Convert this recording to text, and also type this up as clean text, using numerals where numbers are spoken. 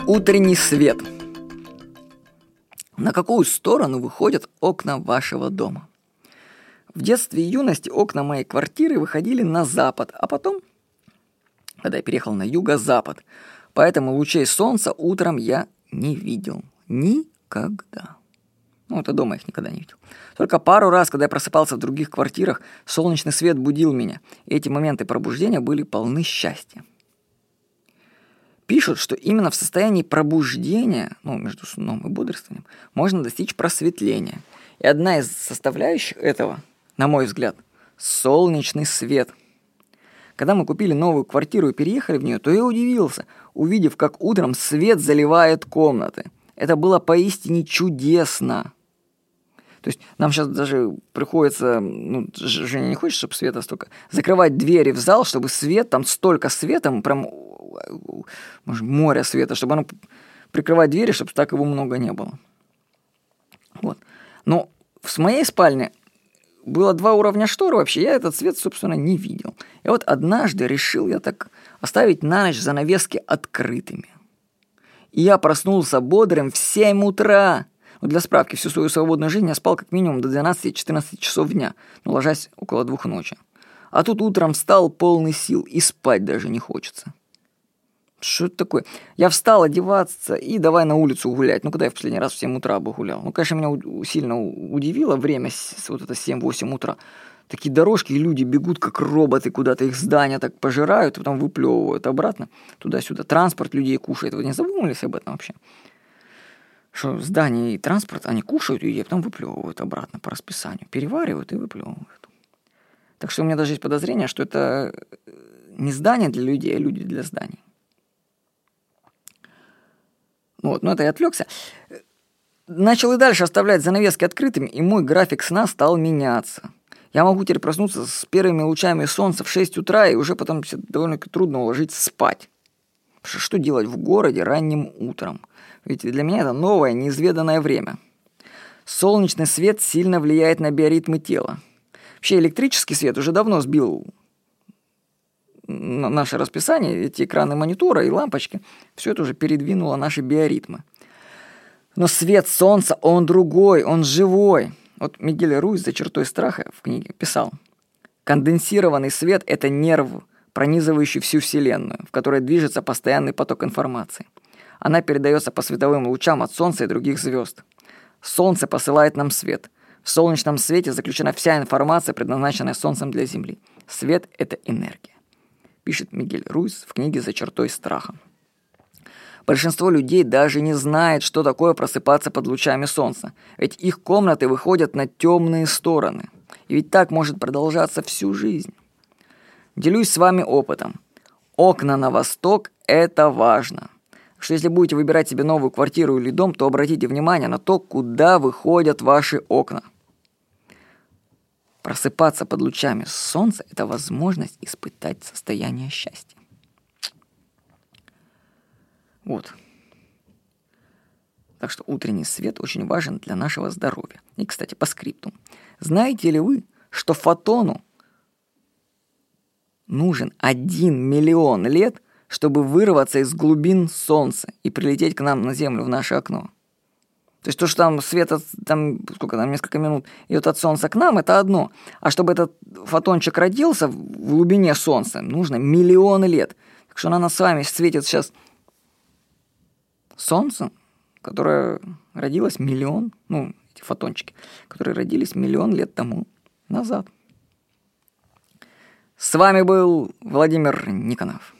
Утренний свет. На какую сторону выходят окна вашего дома? В детстве и юности окна моей квартиры выходили на запад, а потом, когда я переехал на юго-запад, поэтому лучей солнца утром я не видел. Никогда. Это дома их никогда не видел. Только пару раз, когда я просыпался в других квартирах, солнечный свет будил меня, и эти моменты пробуждения были полны счастья. Пишут, что именно в состоянии пробуждения, между сном и бодрствованием, можно достичь просветления. И одна из составляющих этого, на мой взгляд, солнечный свет. Когда мы купили новую квартиру и переехали в нее, то я удивился, увидев, как утром свет заливает комнаты. Это было поистине чудесно. То есть нам сейчас даже приходится, Женя не хочет, чтобы света столько, закрывать двери в зал, чтобы свет, там столько света, прям море света, чтобы оно прикрывать двери, чтобы так его много не было. Вот. Но в моей спальне было 2 уровня штор вообще, я этот свет, собственно, не видел. И вот однажды решил я так оставить на ночь занавески открытыми. И я проснулся бодрым в 7 утра. Для справки, всю свою свободную жизнь я спал как минимум до 12-14 часов дня, ложась около 2 ночи. А тут утром встал полный сил, и спать даже не хочется. Что это такое? Я встал одеваться и давай на улицу гулять. Когда я в последний раз в 7 утра бы гулял? Конечно, меня сильно удивило время, вот это 7-8 утра. Такие дорожки, и люди бегут, как роботы, куда-то их здания так пожирают, потом выплевывают обратно, туда-сюда. Транспорт людей кушает. Вы не задумывались об этом вообще? Что здания и транспорт, они кушают людей, а потом выплевывают обратно по расписанию. Переваривают и выплевывают. Так что у меня даже есть подозрение, что это не здания для людей, а люди для зданий. Это я отвлекся. Начал и дальше оставлять занавески открытыми, и мой график сна стал меняться. Я могу теперь проснуться с первыми лучами солнца в 6 утра, и уже потом довольно трудно уложиться спать. Что делать в городе ранним утром? Ведь для меня это новое, неизведанное время. Солнечный свет сильно влияет на биоритмы тела. Вообще электрический свет уже давно сбил наше расписание, эти экраны монитора и лампочки, все это уже передвинуло наши биоритмы. Но свет солнца, он другой, он живой. Мигель Руйс «За чертой страха» в книге писал: конденсированный свет – это нерв, пронизывающий всю Вселенную, в которой движется постоянный поток информации. Она передается по световым лучам от Солнца и других звезд. Солнце посылает нам свет. В солнечном свете заключена вся информация, предназначенная Солнцем для Земли. Свет – это энергия. Пишет Мигель Руйс в книге «За чертой страха». Большинство людей даже не знает, что такое просыпаться под лучами солнца. Ведь их комнаты выходят на темные стороны. И ведь так может продолжаться всю жизнь. Делюсь с вами опытом. Окна на восток – это важно. Что если будете выбирать себе новую квартиру или дом, то обратите внимание на то, куда выходят ваши окна. Просыпаться под лучами солнца – это возможность испытать состояние счастья. Так что утренний свет очень важен для нашего здоровья. И, кстати, по скрипту. Знаете ли вы, что фотону нужен 1 миллион лет, чтобы вырваться из глубин Солнца и прилететь к нам на Землю в наше окно? То есть то, что там свет, несколько минут идет от Солнца к нам, это одно. А чтобы этот фотончик родился в глубине Солнца, нужно 1 миллион лет. Так что на нас с вами светит сейчас Солнце, которое родилось эти фотончики, которые родились 1 миллион лет тому назад. С вами был Владимир Никонов.